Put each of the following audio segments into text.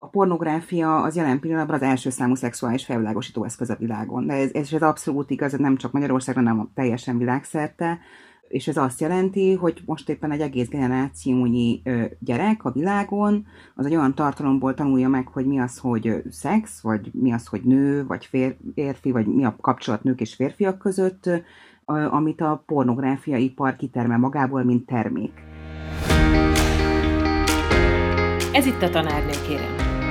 a pornográfia az jelen pillanatban az első számú szexuális felvilágosító eszköz a világon. De ez abszolút igaz, nem csak Magyarországon, hanem teljesen világszerte. És ez azt jelenti, hogy most éppen egy egész generációnyi gyerek a világon az egy olyan tartalomból tanulja meg, hogy mi az, hogy szex, vagy mi az, hogy nő, vagy férfi, vagy mi a kapcsolat nők és férfiak között, amit a pornográfia ipar kitermel magából, mint termék. Ez itt a Tanárnő, kérem.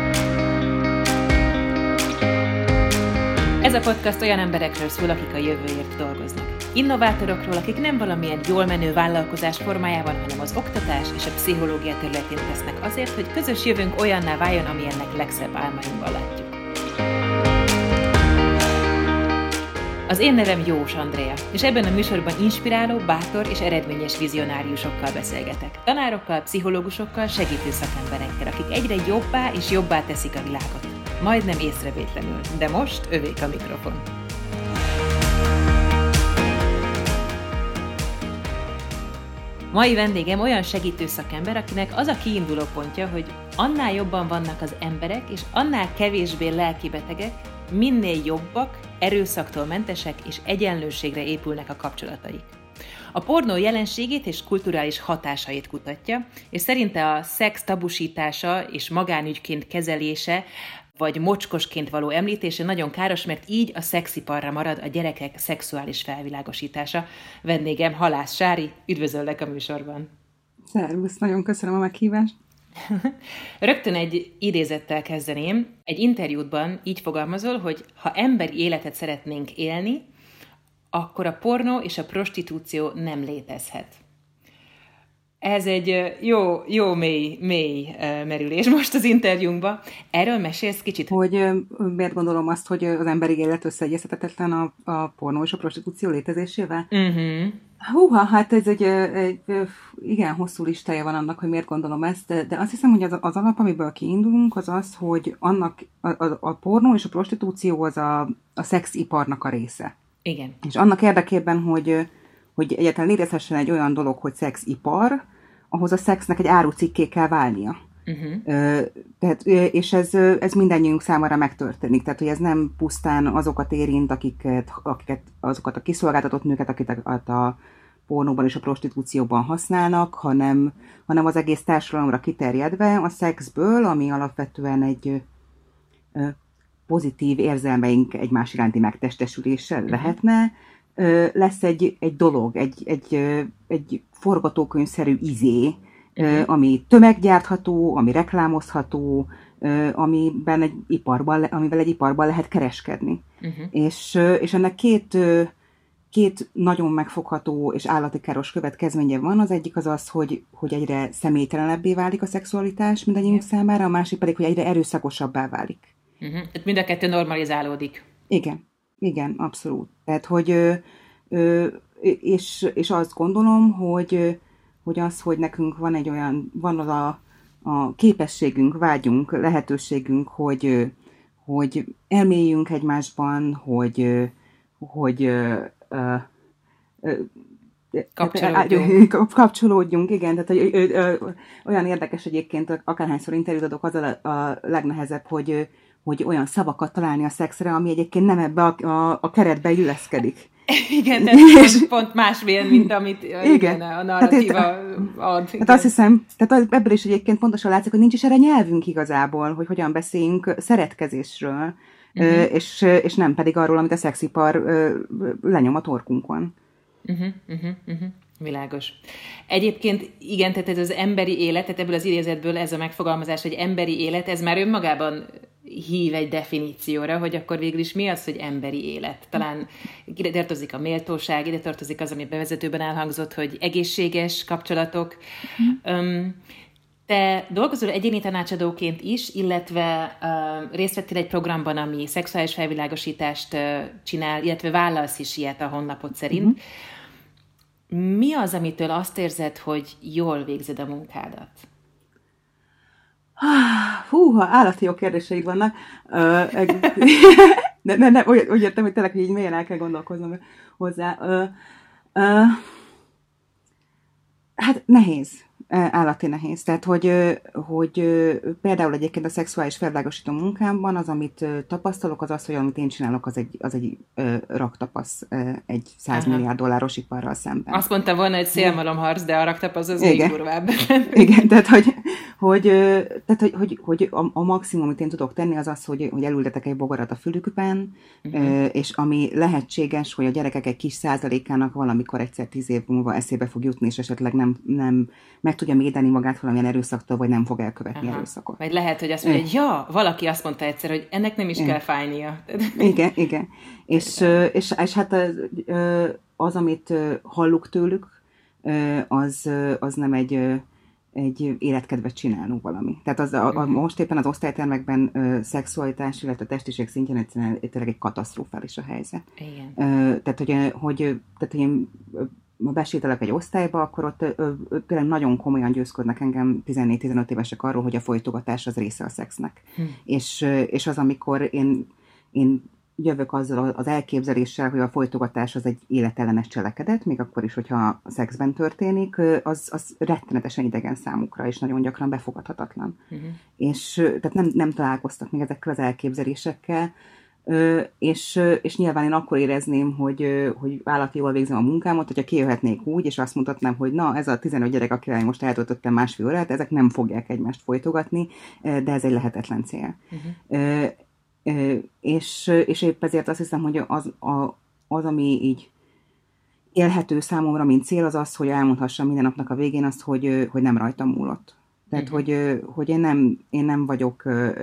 Ez a podcast olyan emberekről szól, akik a jövőért dolgoznak. Innovátorokról, akik nem valamilyen jól menő vállalkozás formájában, hanem az oktatás és a pszichológia területén tesznek azért, hogy közös jövőnk olyanná váljon, amilyennek legszebb álmainkban látjuk. Az én nevem Jós Andrea, és ebben a műsorban inspiráló, bátor és eredményes vizionáriusokkal beszélgetek. Tanárokkal, pszichológusokkal, segítő szakemberekkel, akik egyre jobbá és jobbá teszik a világot. Majdnem észrevétlenül, de most övék a mikrofon. Mai vendégem olyan segítő szakember, akinek az a kiinduló pontja, hogy annál jobban vannak az emberek, és annál kevésbé lelkibetegek, minél jobbak, erőszaktól mentesek és egyenlőségre épülnek a kapcsolataik. A pornó jelenségét és kulturális hatásait kutatja, és szerinte a szex tabusítása és magánügyként kezelése, vagy mocskosként való említése nagyon káros, mert így a szexiparra marad a gyerekek szexuális felvilágosítása. Vendégem Halász Sári, üdvözöllek a műsorban. Szervusz, nagyon köszönöm a meghívást. Rögtön egy idézettel kezdeném. Egy interjútban így fogalmazol, hogy ha emberi életet szeretnénk élni, akkor a pornó és a prostitúció nem létezhet. Ez egy jó mély merülés most az interjúnkban. Erről mesélsz kicsit? Hogy miért gondolom azt, hogy az emberi élet összeegyeztethetetlen a pornó és a prostitúció létezésével? Uh-huh. Húha, hát ez egy igen hosszú listája van annak, hogy miért gondolom ezt, de azt hiszem, hogy az alap, amiből kiindulunk, az az, hogy annak a pornó és a prostitúció az a szexiparnak a része. Igen. És annak érdekében, hogy egyáltalán létezhessen egy olyan dolog, hogy szexipar, ahhoz a szexnek egy árucikké kell válnia. Tehát, és ez mindannyiunk számára megtörténik. Tehát, hogy ez nem pusztán azokat érint, azokat a kiszolgáltatott nőket, akiket a pornóban és a prostitúcióban használnak, hanem az egész társadalomra kiterjedve a szexből, ami alapvetően egy pozitív érzelmeink egymás iránti megtestesüléssel lehetne, lesz egy dolog, egy forgatókönyvszerű izé, ami tömeggyártható, ami reklámozható, amivel egy iparban lehet kereskedni. És ennek két nagyon megfogható és állati káros következménye van. Az egyik az, hogy egyre személytelenebbé válik a szexualitás mindannyiunk számára, a másik pedig, hogy egyre erőszakosabbá válik. Tehát mind a kettő normalizálódik. Igen, abszolút. Tehát, és azt gondolom, hogy az, hogy nekünk van az a képességünk, vágyunk, lehetőségünk, hogy elmélyüljünk egymásban, hogy kapcsolódjunk, igen, tehát olyan érdekes egyébként, akárhányszor interjút adok, az a legnehezebb, hogy olyan szavakat találni a szexre, ami egyébként nem ebbe a keretbe illeszkedik. Igen, tehát pont más vél, mint amit igen, a narratíva ad. Tehát azt hiszem, tehát ebből is egyébként pontosan látszik, hogy nincs is erre nyelvünk igazából, hogy hogyan beszéljünk szeretkezésről, és nem pedig arról, amit a szexipar lenyom a torkunkon. Világos. Egyébként igen, tehát ez az emberi élet, tehát ebből az idézetből ez a megfogalmazás, hogy emberi élet, ez már önmagában hív egy definícióra, hogy akkor végül is mi az, hogy emberi élet. Talán ide tartozik a méltóság, ide tartozik az, ami bevezetőben elhangzott, hogy egészséges kapcsolatok. Te dolgozol egyéni tanácsadóként is, illetve részt vettél egy programban, ami szexuális felvilágosítást csinál, illetve vállalsz is ilyet a honlapod szerint. Mi az, amitől azt érzed, hogy jól végzed a munkádat? Húha, állati jó kérdéseid vannak. Úgy értem, hogy tényleg, hogy így mélyen el kell gondolkoznom hozzá. Hát nehéz. Állati nehéz. Tehát, hogy például egyébként a szexuális felvilágosító munkámban az, amit tapasztalok, az az, hogy amit én csinálok, az egy raktapasz egy 100 Aha. milliárd dolláros iparral szemben. Azt mondta volna, hogy szélmalomharc, de a raktapasz az még durvább. Igen, tehát, hogy a maximum, amit én tudok tenni, az az, hogy elültetek egy bogarat a fülükben, és ami lehetséges, hogy a gyerekek egy kis százalékának valamikor egyszer 10 év múlva eszébe fog jutni, és esetleg nem meg tudja védeni magát valamilyen erőszaktól, vagy nem fog elkövetni erőszakot. Vagy lehet, hogy azt mondja, hogy ja, valaki azt mondta egyszer, hogy ennek nem is kell fájnia. Igen. És hát az, amit hallok tőlük, az nem egy életkedvet csináló valami. Tehát most éppen az osztálytermekben szexualitás, illetve testiség szintjén egyszerűen egy katasztrofális a helyzet. Igen. Tehát, hogy én ma besételek egy osztályba, akkor ott tényleg nagyon komolyan győzködnek engem 14-15 évesek arról, hogy a folytogatás az része a szexnek. És az, amikor én jövök azzal az elképzeléssel, hogy a folytogatás az egy életellenes cselekedet, még akkor is, hogyha a szexben történik, az rettenetesen idegen számukra, és nagyon gyakran befogadhatatlan. És tehát nem találkoztak még ezekkel az elképzelésekkel, és nyilván én akkor érezném, hogy állati jól végzem a munkámat, hogyha kijöhetnék úgy, és azt mutatnám, hogy na, ez a 15 gyerek, akivel én most eltöltöttem másfél órát, ezek nem fogják egymást folytogatni, de ez egy lehetetlen cél. És épp ezért azt hiszem, hogy az, ami így élhető számomra, mint cél, az az, hogy elmondhassam minden napnak a végén azt, hogy nem rajtam múlott. Tehát, hogy én nem vagyok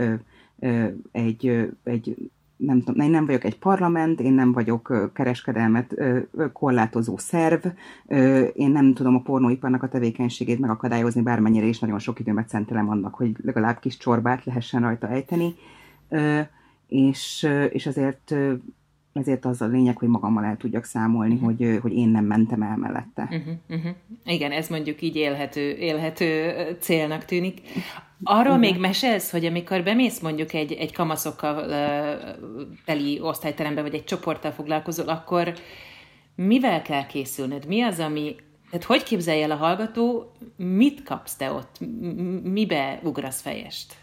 én nem vagyok egy parlament, én nem vagyok kereskedelmet korlátozó szerv, én nem tudom a pornóiparnak a tevékenységét megakadályozni, bármennyire is nagyon sok időmet szentelem annak, hogy legalább kis csorbát lehessen rajta ejteni, és ezért az a lényeg, hogy magammal el tudjak számolni, hogy én nem mentem el mellette. Igen, ez mondjuk így élhető célnak tűnik. Arról még mesélsz, hogy amikor bemész mondjuk egy kamaszokkal teli osztályterembe, vagy egy csoporttal foglalkozol, akkor mivel kell készülnöd? Mi az, ami... Tehát hogy képzelj el a hallgató, mit kapsz te ott? Mibe ugrasz fejest?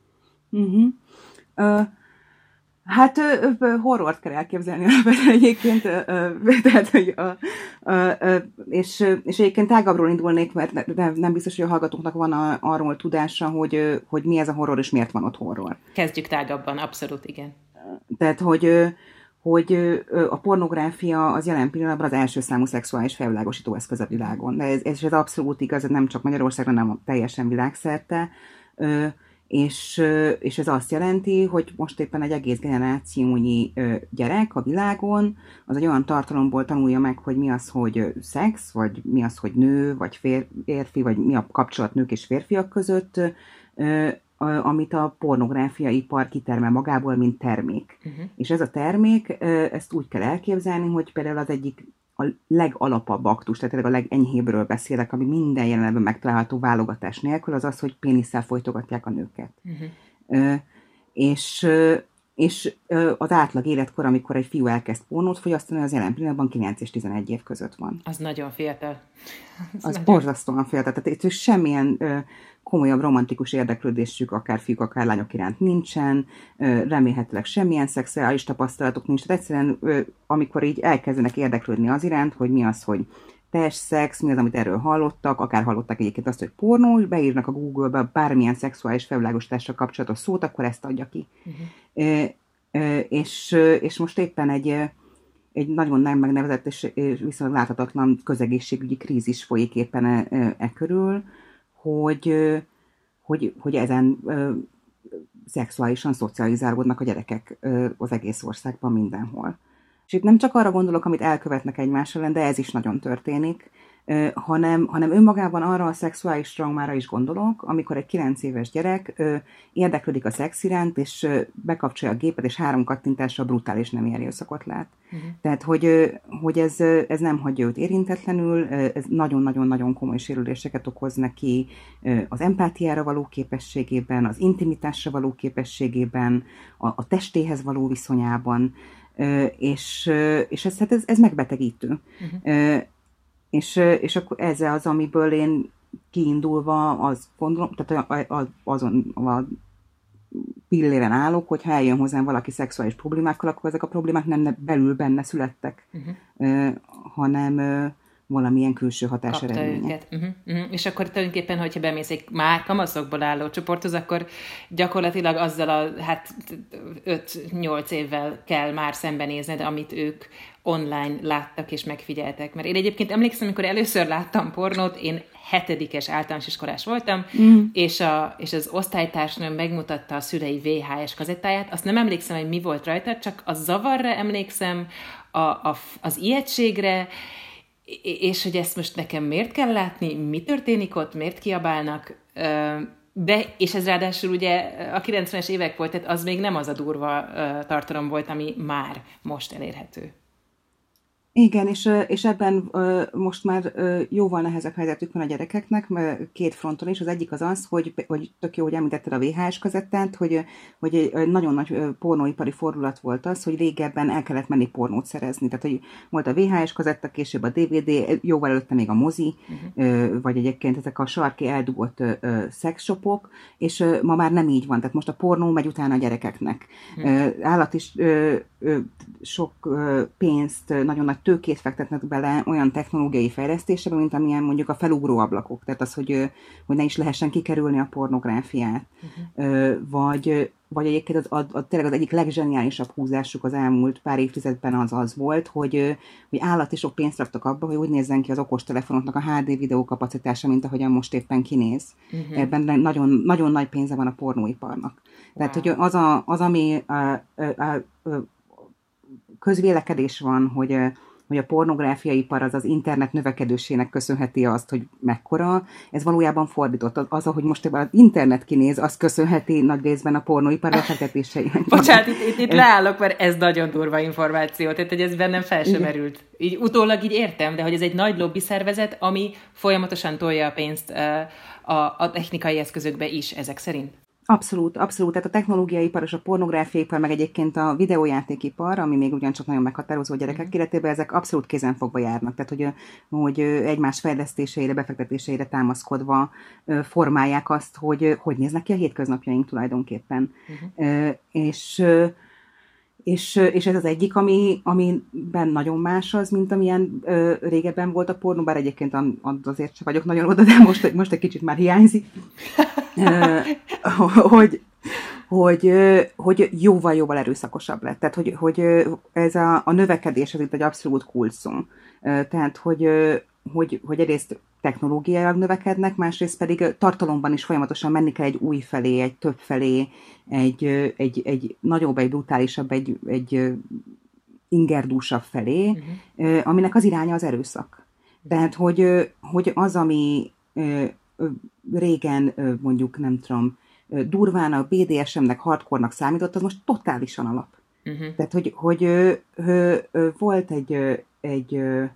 Hát horrort kell elképzelni egyébként, tehát, hogy és egyébként tágabbról indulnék, mert nem biztos, hogy a hallgatóknak van arról tudása, hogy mi ez a horror, és miért van ott horror. Kezdjük tágabban, abszolút, igen. Tehát, hogy a pornográfia az jelen pillanatban az első számú szexuális felvilágosító eszköz a világon. De ez abszolút igaz, ez nem csak Magyarországon, hanem teljesen világszerte. És ez azt jelenti, hogy most éppen egy egész generációnyi gyerek a világon az egy olyan tartalomból tanulja meg, hogy mi az, hogy szex, vagy mi az, hogy nő, vagy férfi, vagy mi a kapcsolat nők és férfiak között, amit a pornográfiaipar kitermel magából, mint termék. És ez a termék, ezt úgy kell elképzelni, hogy például az egyik a legalapabb aktus, tehát a legenyhébbről beszélek, ami minden jelenetben megtalálható válogatás nélkül, az az, hogy pénisszel folytogatják a nőket. És az átlag életkor, amikor egy fiú elkezd pornót fogyasztani, az jelen pillanatban 9 és 11 év között van. Az nagyon fiatal. Az borzasztóan fiatal. Tehát itt semmilyen komolyabb romantikus érdeklődésük, akár fiúk, akár lányok iránt nincsen, remélhetőleg semmilyen szexuális tapasztalatok nincs. Tehát egyszerűen, amikor így elkezdenek érdeklődni az iránt, hogy mi az, hogy testszex, mi az, amit erről hallottak, akár hallottak egyébként azt, hogy pornó, és beírnak a Google-be bármilyen szexuális felvilágosítással kapcsolatos szót, akkor ezt adja ki. És most éppen egy nagyon nem megnevezett és viszonylag láthatatlan közegészségügyi krízis folyik éppen körül, hogy ezen szexuálisan szocializálódnak a gyerekek az egész országban mindenhol. És itt nem csak arra gondolok, amit elkövetnek egymás ellen, de ez is nagyon történik, hanem önmagában arra a szexuális traumára is gondolok, amikor egy 9 éves gyerek érdeklődik a szex iránt, és bekapcsolja a gépet, és 3 kattintással brutális nemi erőszakot lát. Tehát, hogy ez nem hagyja őt érintetlenül, ez nagyon-nagyon-nagyon komoly sérüléseket okoz neki az empátiára való képességében, az intimitásra való képességében, a testéhez való viszonyában, és ez megbetegítő. És akkor ez az, amiből én kiindulva azt gondolom, tehát azon a pilléren állok, hogy ha eljön hozzám valaki szexuális problémákkal, akkor ezek a problémák nem belül benne születtek, hanem valamilyen külső hatás eredménye. És akkor tulajdonképpen, hogyha bemész egy már kamaszokból álló csoporthoz, akkor gyakorlatilag azzal a 5-8 évvel kell már szembenézned, amit ők online láttak és megfigyeltek. Mert én egyébként emlékszem, amikor először láttam pornót, én 7. általános iskolás voltam, és az osztálytársnőm megmutatta a szülei VHS kazettáját. Azt nem emlékszem, hogy mi volt rajta, csak a zavarra emlékszem, az ijegységre, és hogy ezt most nekem miért kell látni, mi történik ott, miért kiabálnak, és ez ráadásul ugye a 90-es évek volt, tehát az még nem az a durva tartalom volt, ami már most elérhető. Igen, és ebben most már jóval nehezebb helyzetük van a gyerekeknek, két fronton is. Az egyik az az, hogy tök jó, hogy említetted a VHS kazettát, hogy egy nagyon nagy pornóipari fordulat volt az, hogy régebben el kellett menni pornót szerezni. Tehát, hogy volt a VHS kazetta, később a DVD, jóval előtte még a mozi, vagy egyébként ezek a sarki eldugott szexshopok, és ma már nem így van. Tehát most a pornó megy utána a gyerekeknek. Állat is sok pénzt, nagyon nagy tőkét fektetnek bele olyan technológiai fejlesztésebe, mint amilyen mondjuk a felugró ablakok. Tehát az, hogy ne is lehessen kikerülni a pornográfiát. Vagy egyébként tényleg az egyik legzseniálisabb húzásuk az elmúlt pár évtizedben az volt, hogy állati sok pénzt raktak abba, hogy úgy nézzen ki az okostelefonoknak a HD videókapacitása, mint ahogyan most éppen kinéz. Ebben nagyon, nagyon nagy pénze van a pornóiparnak. Tehát, hogy az ami közvélekedés van, hogy a pornográfiai ipar az internet növekedésének köszönheti azt, hogy mekkora, ez valójában fordított. Az, ahogy most az internet kinéz, azt köszönheti nagy részben a pornóipar befektetéseinek. Bocsánat, itt leállok, mert ez nagyon durva információ, tehát hogy ez bennem fel sem merült. Így utólag így értem, de hogy ez egy nagy lobby szervezet, ami folyamatosan tolja a pénzt a technikai eszközökbe is, ezek szerint. Abszolút, abszolút. Tehát a technológiaipar és a pornográfiaipar, meg egyébként a videójátékipar, ami még ugyancsak nagyon meghatározó a gyerekek életében, ezek abszolút kézenfogva járnak. Tehát, hogy egymás fejlesztéseire, befektetéseire támaszkodva formálják azt, hogy néznek ki a hétköznapjaink tulajdonképpen. És ez az egyik, amiben nagyon más az, mint amilyen régebben volt a pornó, bár egyébként azért sem vagyok nagyon oda, de most egy kicsit már hiányzik. Hogy jóval erőszakosabb lett. Tehát, hogy ez a növekedés az itt egy abszolút kulcsszó. Tehát, hogy egyrészt technológiailag növekednek, másrészt pedig tartalomban is folyamatosan menni kell egy új felé, egy több felé, egy nagyobb, egy brutálisabb, egy ingerdúsabb felé, aminek az iránya az erőszak. Tehát, hogy az, ami régen mondjuk, nem tudom, durvának, BDSM-nek, hardcore-nak számított, az most totálisan alap. Tehát, hogy volt egy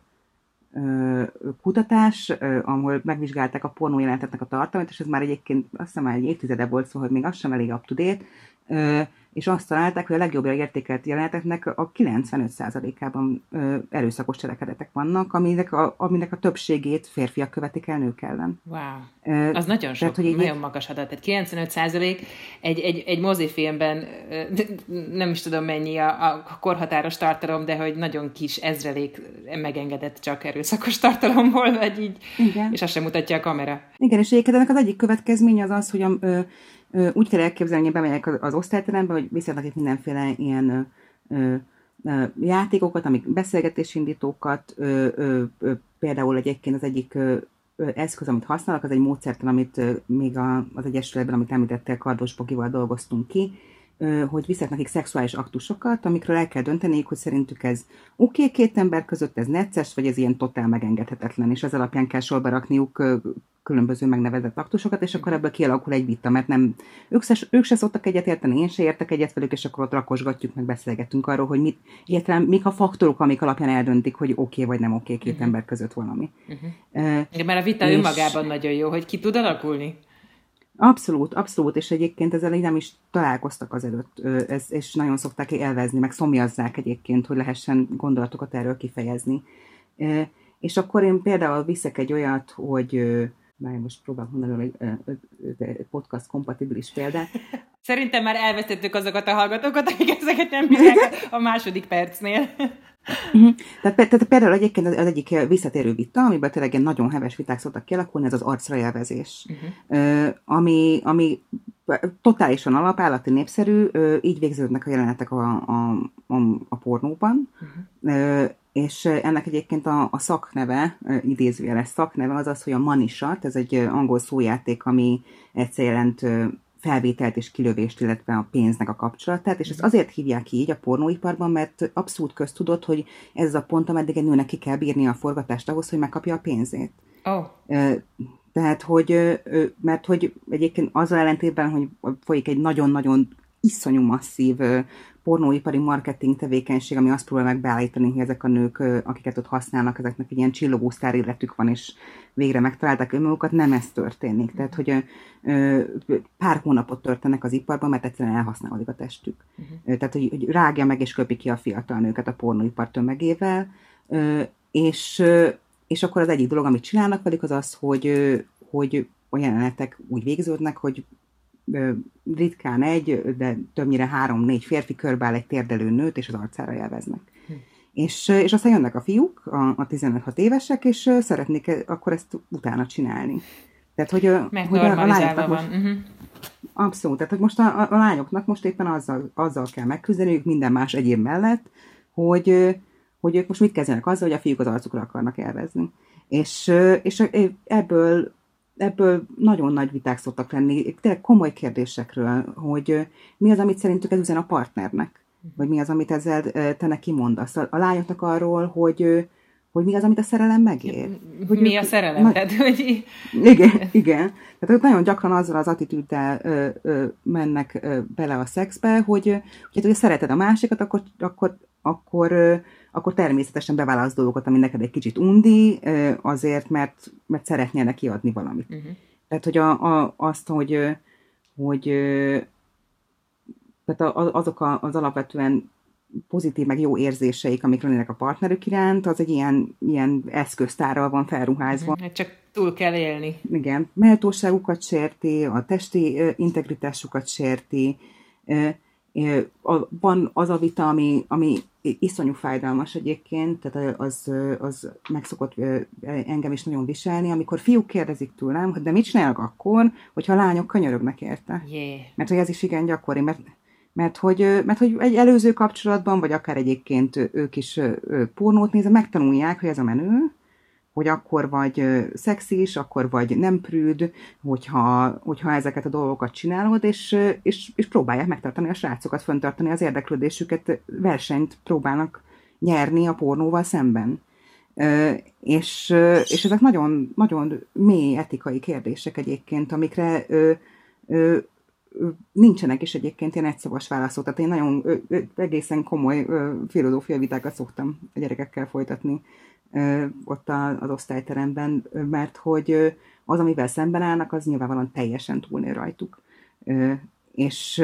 kutatás, ahol megvizsgálták a pornójeleneteknek a tartalmat, és ez már egyébként azt hiszem már egy évtizede volt, szóval hogy még az sem elég up-to-date, és azt találták, hogy a legjobbra értékelt jeleneteknek a 95%-ában erőszakos cselekedetek vannak, aminek a többségét férfiak követik el nők ellen. Wow. Az nagyon sok, tehát, nagyon magas adat. Tehát 95% egy mozifilmben, nem is tudom mennyi a korhatáros tartalom, de hogy nagyon kis ezrelék megengedett csak erőszakos tartalomból, vagy így, és azt sem mutatja a kamera. Igen, és egyébként ennek az egyik következménye az, hogy úgy kell elképzelni, hogy bemegyek az osztályterembe, hogy viszonylag itt mindenféle ilyen játékokat, amik beszélgetésindítókat, például egyébként az egyik eszköz, amit használok, az egy módszertan, amit még az Egyesületben, amit említettél, Kardos Bogival dolgoztunk ki, hogy visznek nekik szexuális aktusokat, amikről el kell dönteniük, hogy szerintük ez oké, két ember között, ez necces, vagy ez ilyen totál megengedhetetlen, és ez alapján kell sorba rakniuk különböző megnevezett aktusokat, és akkor ebből kialakul egy vita, mert nem, ők se szoktak egyet érteni, én se értek egyet velük, és akkor ott rakosgatjuk, meg beszélgetünk arról, hogy mik a faktorok, amik alapján eldöntik, hogy oké vagy nem oké két ember között valami. Mert a vita önmagában nagyon jó, hogy ki tud alakulni. Abszolút, abszolút, és egyébként ezzel így nem is találkoztak azelőtt, és nagyon szokták élvezni, meg szomjazzák egyébként, hogy lehessen gondolatokat erről kifejezni. És akkor én például viszek egy olyat, hogy Már most próbálom mondani egy podcast kompatibilis példát. Szerintem már elvesztettük azokat a hallgatókat, akik ezeket nem bírják a második percnél. Tehát például egyébként az egyik visszatérő vita, amiben tényleg ilyen nagyon heves viták szoktak kialakulni, ez az arcra élvezés. Ami totálisan alapállati népszerű, így végződnek a jelenetek a pornóban, és ennek egyébként a szakneve, idézőjeles szakneve az az, hogy a money shot, ez egy angol szójáték, ami egyszer jelent felvételt és kilövést, illetve a pénznek a kapcsolatát, és ezt azért hívják így a pornóiparban, mert abszolút köztudott, hogy ez a pont, ameddig egy nőnek ki kell bírni a forgatást ahhoz, hogy megkapja a pénzét. Tehát, mert hogy egyébként azzal ellentétben, hogy folyik egy nagyon-nagyon iszonyú masszív pornóipari marketing tevékenység, ami azt próbál meg beállítani, hogy ezek a nők, akiket ott használnak, ezeknek egy ilyen csillogó sztár életük van, és végre megtalálták önmagukat, nem ez történik. Tehát, hogy pár hónapot történnek az iparban, mert egyszerűen elhasználódik a testük. Tehát, hogy rágja meg és köpi ki a fiatal nőket a pornóipar tömegével, és akkor az egyik dolog, amit csinálnak velük, az az, hogy a jelenetek úgy végződnek, hogy ritkán de többnyire 3-4 férfi körbeáll egy térdelő nőt, és az arcára élveznek. És aztán jönnek a fiúk, a 15-6 évesek, és szeretnék akkor ezt utána csinálni. Tehát, hogy a lányoknak most, abszolút, tehát, hogy most a lányoknak most éppen azzal kell megküzdeniük minden más egyéb mellett, hogy ők most mit kezdenek azzal, hogy a fiúk az arcukra akarnak élvezni. És ebből nagyon nagy viták szoktak lenni, tényleg komoly kérdésekről, hogy mi az, amit szerintük ez üzen a partnernek, vagy mi az, amit ezzel te neki mondasz. A lányoknak arról, hogy mi az, amit a szerelem megér. Hogy mi a szerelem? Igen. Tehát ők nagyon gyakran azzal az attitűddel mennek bele a szexbe, hogy szereted a másikat, akkor természetesen beválasz dolgokat, ami neked egy kicsit undi, azért, mert szeretnél neki adni valamit. Tehát, hogy azt, hogy tehát azok az alapvetően pozitív, meg jó érzéseik, amik lennének a partnerük iránt, az egy ilyen eszköztárral van felruházva. Csak túl kell élni. Igen, méltóságukat sérti, a testi integritásukat sérti. Van az a vita, ami iszonyú fájdalmas egyébként, tehát az meg szokott engem is nagyon viselni, amikor fiúk kérdezik tőlem, hogy de mit csinálok akkor, hogyha a lányok könyörögnek érte. Yeah. Mert hogy ez is igen gyakori, mert hogy egy előző kapcsolatban, vagy akár egyébként ők is pornót nézve, megtanulják, hogy ez a menő, hogy akkor vagy szexis, akkor vagy nem prűd, hogyha ezeket a dolgokat csinálod, és próbálják megtartani a srácokat, fenntartani az érdeklődésüket, versenyt próbálnak nyerni a pornóval szemben. És ezek nagyon, nagyon mély etikai kérdések egyébként, amikre nincsenek is egyébként ilyen egyszavas válaszok. Tehát én nagyon egészen komoly filozófiai vitákat szoktam a gyerekekkel folytatni ott az osztályteremben, mert hogy az, amivel szemben állnak, az nyilvánvalóan teljesen túlnél rajtuk. És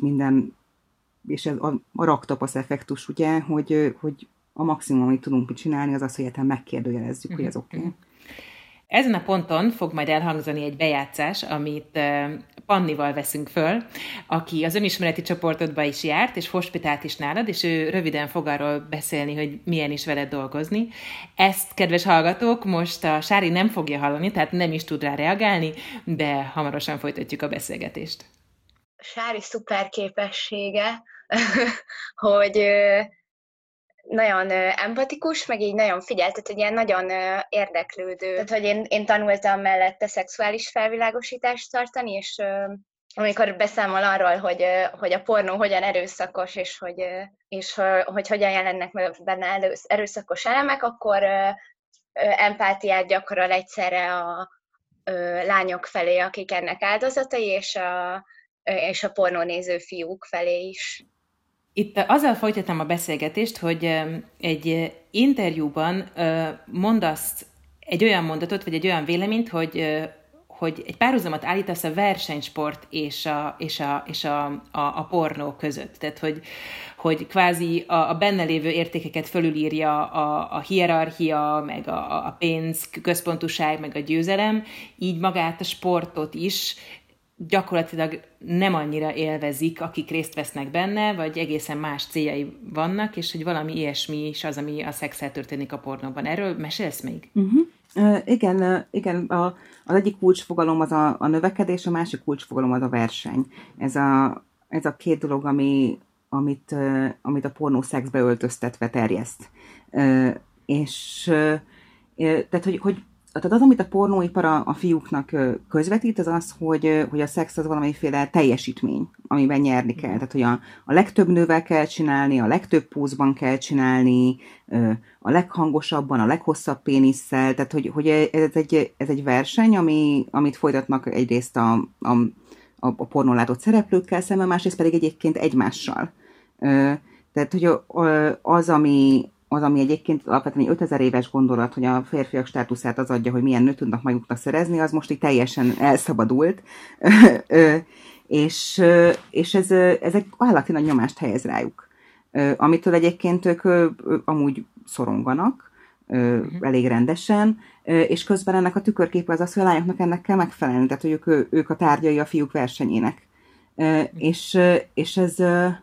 ez a raktapasz effektus, ugye, hogy a maximum, amit tudunk csinálni, az az, hogy egyáltalán megkérdőjelezzük, hogy ez oké. Ezen a ponton fog majd elhangzani egy bejátszás, amit Pannival veszünk föl, aki az önismereti csoportodba is járt, és hospitált is nálad, és ő röviden fog arról beszélni, hogy milyen is veled dolgozni. Ezt, kedves hallgatók, most a Sári nem fogja hallani, tehát nem is tud rá reagálni, de hamarosan folytatjuk a beszélgetést. Sári szuper képessége, hogy nagyon empatikus, meg így nagyon figyelt, tehát hogy ilyen nagyon érdeklődő. Tehát, hogy én tanultam mellette szexuális felvilágosítást tartani, és amikor beszámol arról, hogy a pornó hogyan erőszakos, és hogy hogyan jelennek meg benne erőszakos elemek, akkor empátiát gyakorol egyszerre a lányok felé, akik ennek áldozatai, és a pornónéző fiúk felé is. Itt azzal folytattam a beszélgetést, hogy egy interjúban mondasz egy olyan mondatot, vagy egy olyan véleményt, hogy egy párhuzamot állítasz a versenysport és a pornó között. Tehát, hogy kvázi a benne lévő értékeket fölülírja a hierarchia, meg a pénz, központúság, meg a győzelem, így magát a sportot is gyakorlatilag nem annyira élvezik, akik részt vesznek benne, vagy egészen más céljai vannak, és hogy valami ilyesmi is az, ami a szexel történik a pornóban. Erről mesélsz még? Igen, az egyik kulcsfogalom az a növekedés, a másik kulcsfogalom az a verseny. Ez a két dolog, amit a pornó szexbe öltöztetve terjeszt. Tehát az, amit a pornóipar a fiúknak közvetít, az az, hogy a szex az valamiféle teljesítmény, amiben nyerni kell. Tehát, hogy a legtöbb nővel kell csinálni, a legtöbb pózban kell csinálni, a leghangosabban, a leghosszabb pénisszel. Tehát, hogy ez egy verseny, amit folytatnak egyrészt a pornón látott szereplőkkel szemben, másrészt pedig egyébként egymással. Tehát, hogy az, ami egyébként alapvetően 5000 éves gondolat, hogy a férfiak státuszát az adja, hogy milyen nőt tudnak maguknak szerezni, az most így teljesen elszabadult, és ez egy állati nagy nyomást helyez rájuk, amitől egyébként ők amúgy szoronganak, elég rendesen, és közben ennek a tükörképe az, hogy a lányoknak ennek kell megfelelni, tehát hogy ők a tárgyai a fiúk versenyének. És ez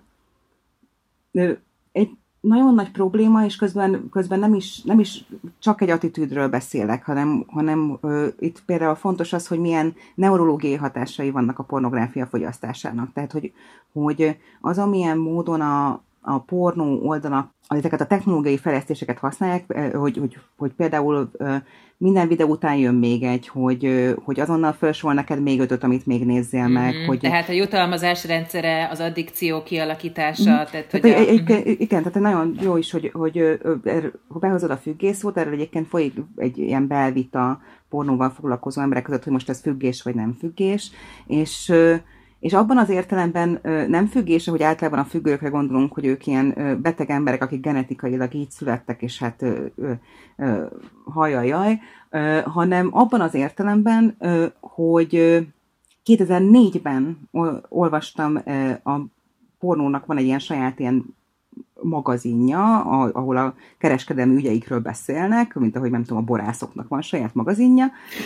egy nagyon nagy probléma, és közben nem is csak egy attitűdről beszélek, hanem itt például fontos az, hogy milyen neurológiai hatásai vannak a pornográfia fogyasztásának. Tehát, hogy az, amilyen módon a pornó oldalak ezeket a technológiai fejlesztéseket használják, hogy például minden videó után jön még egy, hogy azonnal felsorol neked még 5-öt, amit még nézzél meg. Tehát a jutalmazás rendszere, az addikció kialakítása. Igen, tehát nagyon jó is, hogy behozod a függészót, erről egyébként folyik egy ilyen belvita pornóval foglalkozó emberek között, hogy most ez függés vagy nem függés, és abban az értelemben nem függés, hogy általában a függőkre gondolunk, hogy ők ilyen beteg emberek, akik genetikailag így születtek, és hát hajajaj, hanem abban az értelemben, hogy 2004-ben olvastam, a pornónak van egy ilyen saját ilyen magazinja, ahol a kereskedelmi ügyeikről beszélnek, mint ahogy nem tudom, a borászoknak van saját magazinja,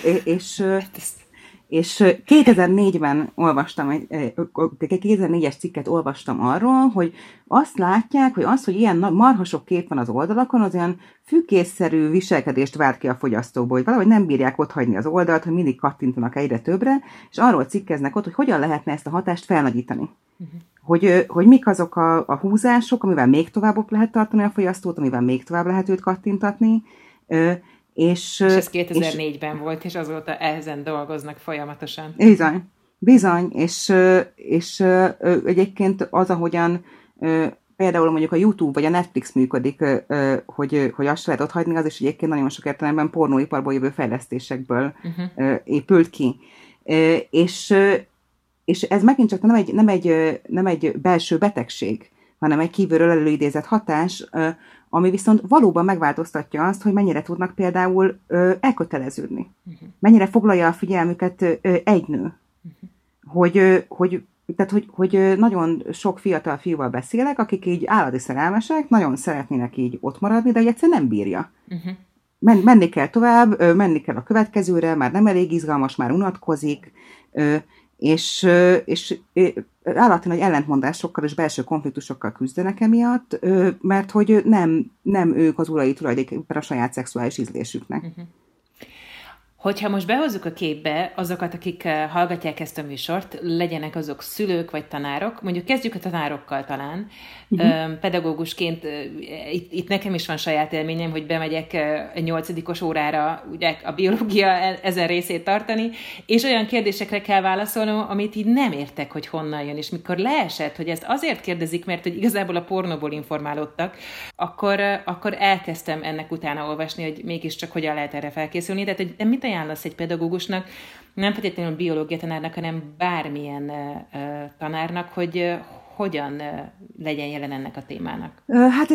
és 2004-ben olvastam, 2004-es cikket olvastam arról, hogy azt látják, hogy az, hogy ilyen marha sok kép van az oldalakon, az olyan függésszerű viselkedést vált ki a fogyasztóból, hogy valahogy nem bírják otthagyni az oldalt, hogy mindig kattintanak egyre többre, és arról cikkeznek ott, hogy hogyan lehetne ezt a hatást felnagyítani. Hogy mik azok a húzások, amivel még tovább lehet tartani a fogyasztót, amivel még tovább lehet őt kattintatni, és ez 2004-ben volt, és azóta ezen dolgoznak folyamatosan. Bizony, és egyébként az, ahogyan például mondjuk a YouTube vagy a Netflix működik, hogy azt lehet ott hagyni, az is egyébként nagyon sok értelemben pornóiparból jövő fejlesztésekből épült ki. És ez megint csak nem egy belső betegség, hanem egy kívülről előidézett hatás, ami viszont valóban megváltoztatja azt, hogy mennyire tudnak például elköteleződni. Mennyire foglalja a figyelmüket egy nő. Hogy nagyon sok fiatal fiúval beszélek, akik így állati szerelmesek, nagyon szeretnének így ott maradni, de egyszerűen nem bírja. Menni kell tovább, menni kell a következőre, már nem elég izgalmas, már unatkozik, és állati nagy ellentmondásokkal és belső konfliktusokkal küzdenek emiatt, mert hogy nem ők az urai tulajdonképpen a saját szexuális ízlésüknek. Hogyha most behozzuk a képbe azokat, akik hallgatják ezt a műsort, legyenek azok szülők vagy tanárok, mondjuk kezdjük a tanárokkal talán. Pedagógusként itt nekem is van saját élményem, hogy bemegyek 8. órára ugye, a biológia ezen részét tartani, és olyan kérdésekre kell válaszolnom, amit így nem értek, hogy honnan jön, és mikor leesett, hogy ezt azért kérdezik, mert hogy igazából a pornóból informálódtak, akkor elkezdtem ennek utána olvasni, hogy mégiscsak hogyan lehet erre felkészülni. Tehát, hogy mit ajánlasz egy pedagógusnak, nem feltétlenül biológia tanárnak, hanem bármilyen tanárnak, hogy hogyan legyen jelen ennek a témának? Hát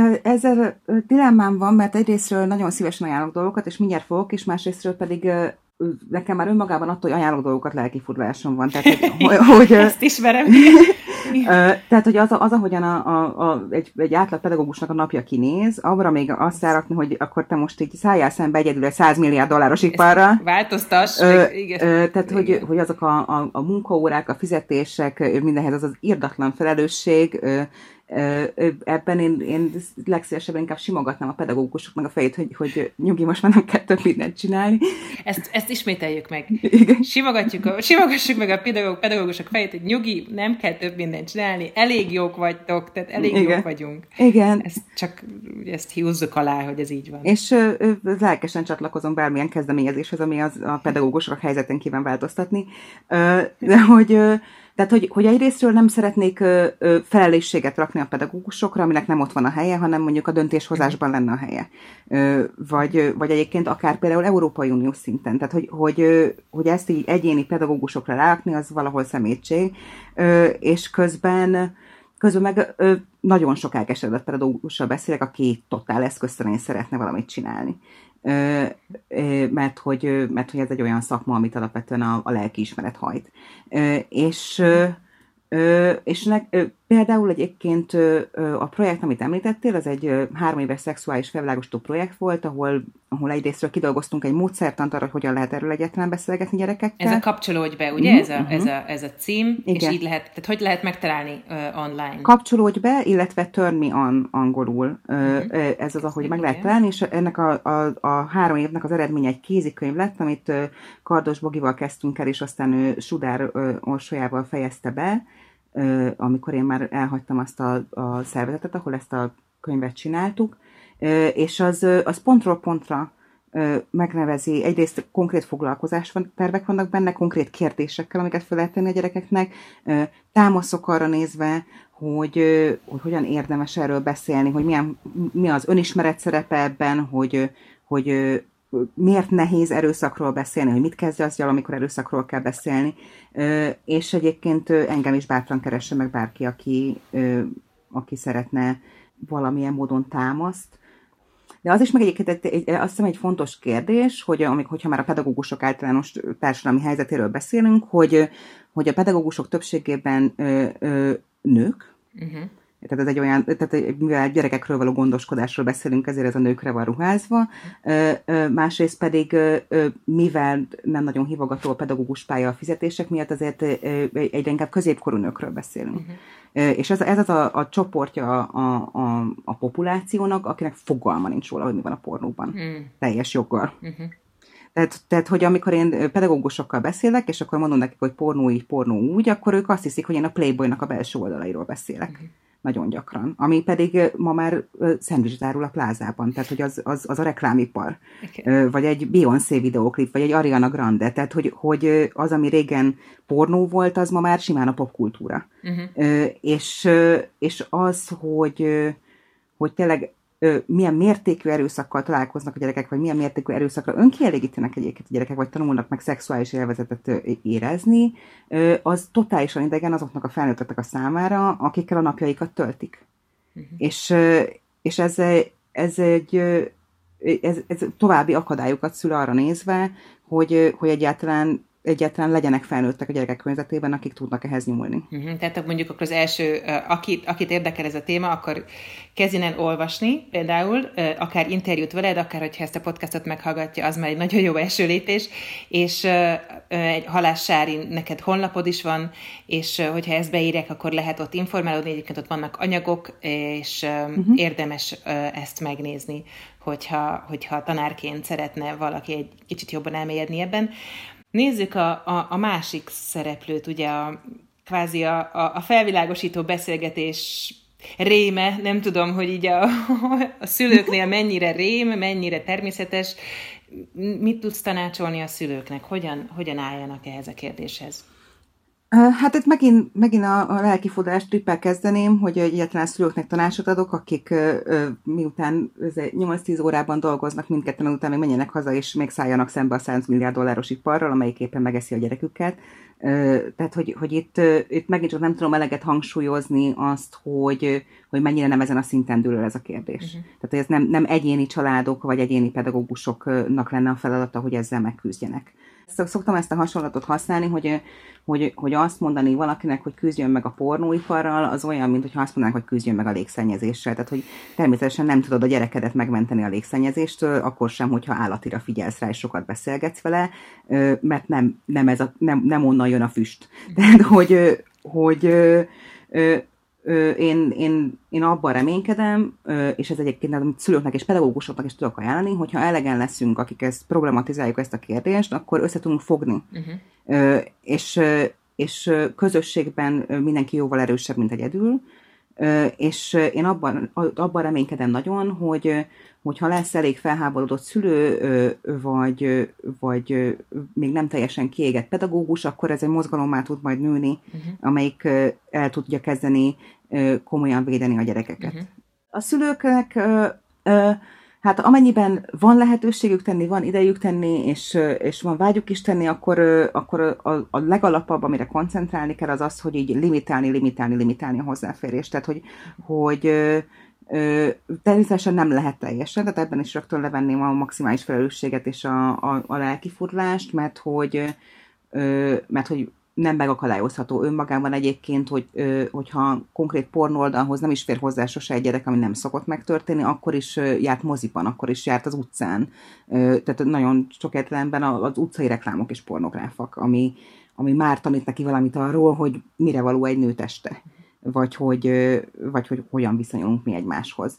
ezzel dilemmám van, mert egyrésztről nagyon szívesen ajánlok dolgokat, és mindjárt fogok, és másrésztről pedig nekem már önmagában attól, hogy ajánló dolgokat lelkifurdalásom van. Tehát, hogy ezt ismerem. Tehát, hogy az ahogyan egy átlag pedagógusnak a napja kinéz, arra még azt rárakni, hogy akkor te most így szálljál szembe egyedül egy $100 milliárd iparra. Változtass. Tehát, hogy azok a munkaórák, a fizetések, mindenhez az irdatlan felelősség, ebben én legszívesebben inkább simogatnám a pedagógusoknak a fejét, hogy nyugi, most már nem kell több mindent csinálni. Ezt ismételjük meg. Igen. Simogassuk meg a pedagógusok fejét, hogy nyugi, nem kell több mindent csinálni, elég jók vagytok, tehát elég jók vagyunk. Igen. Ezt húzzuk alá, hogy ez így van. És lelkesen csatlakozom bármilyen kezdeményezéshez, ami a pedagógusok helyzetén kíván változtatni. De hogy egyrésztről nem szeretnék felelősséget rakni a pedagógusokra, aminek nem ott van a helye, hanem mondjuk a döntéshozásban lenne a helye. Vagy egyébként akár például Európai Uniós szinten. Tehát, hogy ezt így egyéni pedagógusokra rárakni, az valahol szemétség. És közben meg nagyon sok elkeseredett pedagógussal beszélek, aki totál eszköztelen szeretne valamit csinálni. Mert hogy ez egy olyan szakma, amit alapvetően a lelkiismeret hajt. Például egyébként a projekt, amit említettél, az egy 3 éves szexuális felvilágosító projekt volt, ahol egyrésztről kidolgoztunk egy módszertant arra, hogy hogyan lehet erről egyáltalán beszélgetni gyerekekkel. Ez a kapcsolódj be, ugye? Ez a cím, igen. És így lehet, tehát hogy lehet megtalálni online? Kapcsolódj be, illetve turn me on angolul. Ez az, ahogy meg lehet találni, és ennek a 3 évnek az eredménye egy kézikönyv lett, amit Kardos Bogival kezdtünk el, és aztán ő Sudár Orsolyával fejezte be, amikor én már elhagytam azt a szervezetet, ahol ezt a könyvet csináltuk, és az pontról pontra megnevezi, egyrészt konkrét tervek vannak benne, konkrét kérdésekkel, amiket fel lehet tenni a gyerekeknek, támaszok arra nézve, hogy hogyan érdemes erről beszélni, hogy mi az önismeret szerepe ebben, hogy miért nehéz erőszakról beszélni, hogy mit kezdje azzal, amikor erőszakról kell beszélni, és egyébként engem is bátran keresse meg bárki, aki szeretne valamilyen módon támaszt. De az is meg egyébként azt hiszem egy fontos kérdés, hogyha már a pedagógusok általános társadalmi helyzetéről beszélünk, hogy a pedagógusok többségében nők, tehát ez egy olyan, mivel gyerekekről való gondoskodásról beszélünk, ezért ez a nőkre van ruházva. Másrészt pedig, mivel nem nagyon hívogató a pedagógus pálya a fizetések miatt, azért egyre inkább középkorú nőkről beszélünk. És ez az a csoportja a populációnak, akinek fogalma nincs róla, hogy mi van a pornóban. Teljes joggal. Tehát, hogy amikor én pedagógusokkal beszélek, és akkor mondom nekik, hogy pornó így, pornó úgy, akkor ők azt hiszik, hogy én a Playboynak a belső oldalairól beszélek. Nagyon gyakran. Ami pedig ma már szendvics árul a plázában. Tehát, hogy az a reklámipar. Okay. Vagy egy Beyoncé videóklip, vagy egy Ariana Grande. Tehát, hogy az, ami régen pornó volt, az ma már simán a popkultúra. És az, hogy tényleg milyen mértékű erőszakkal találkoznak a gyerekek, vagy milyen mértékű erőszakra önkielégítenek egyébként a gyerekek, vagy tanulnak meg szexuális élvezetet érezni, az totálisan idegen azoknak a felnőtteknek a számára, akikkel a napjaikat töltik. És ez további akadályokat szül arra nézve, hogy egyáltalán legyenek felnőttek a gyerekek környezetében, akik tudnak ehhez nyúlni. Tehát mondjuk akkor az első, akit érdekel ez a téma, akkor kezdjen el olvasni, például, akár interjút veled, akár hogyha ezt a podcastot meghallgatja, az már egy nagyon jó első lépés, és egy Halász Sári, neked honlapod is van, és hogyha ezt beírják, akkor lehet ott informálódni, egyébként ott vannak anyagok, és érdemes ezt megnézni, hogyha tanárként szeretne valaki egy kicsit jobban elmélyedni ebben. Nézzük a másik szereplőt, ugye kvázi a felvilágosító beszélgetés réme, nem tudom, hogy így a szülőknél mennyire rém, mennyire természetes. Mit tudsz tanácsolni a szülőknek? Hogyan álljanak ehhez a kérdéshez? Hát itt megint a lelkifordulás trippel kezdeném, hogy egyáltalán szülőknek tanácsot adok, akik miután 8-10 órában dolgoznak, mindketten után még menjenek haza, és még szálljanak szembe a $100 milliárd iparral, amelyik éppen megeszi a gyereküket. Tehát, hogy itt megint csak nem tudom eleget hangsúlyozni azt, hogy mennyire nem ezen a szinten dől ez a kérdés. Tehát, hogy ez nem egyéni családok, vagy egyéni pedagógusoknak lenne a feladata, hogy ezzel megküzdjenek. Szoktam ezt a hasonlatot használni, hogy azt mondani valakinek, hogy küzdjön meg a pornóiparral, az olyan, mint hogyha azt mondanák, hogy küzdjön meg a légszennyezéssel. Tehát, hogy természetesen nem tudod a gyerekedet megmenteni a légszennyezéstől, akkor sem, hogyha állatira figyelsz rá, és sokat beszélgetsz vele, mert nem onnan jön a füst. Tehát, hogy én abban reménykedem, és ez egyébként amit szülőknek és pedagógusoknak is tudok ajánlani, hogyha elegen leszünk, akik ezt problematizáljuk ezt a kérdést, akkor össze tudunk fogni. És közösségben mindenki jóval erősebb, mint egyedül, és én abban reménykedem nagyon, hogyha lesz elég felháborodott szülő, vagy még nem teljesen kiégett pedagógus, akkor ez egy mozgalommá tud majd nőni, amelyik el tudja kezdeni komolyan védeni a gyerekeket. A szülőknek, hát amennyiben van lehetőségük tenni, van idejük tenni, és van vágyuk is tenni, akkor a legalapabb, amire koncentrálni kell, az az, hogy így limitálni a hozzáférést. Tehát, hogy természetesen nem lehet teljesen, tehát ebben is rögtön levenném a maximális felelősséget és a lelkifurlást, mert hogy nem megakadályozható önmagában egyébként, hogyha konkrét pornóoldalhoz nem is fér hozzá sose egy gyerek, ami nem szokott megtörténni, akkor is járt moziban, akkor is járt az utcán. Tehát nagyon sok értelemben az utcai reklámok és pornográfak, ami már tanít neki valamit arról, hogy mire való egy nő teste, vagy hogy hogyan viszonyulunk mi egymáshoz.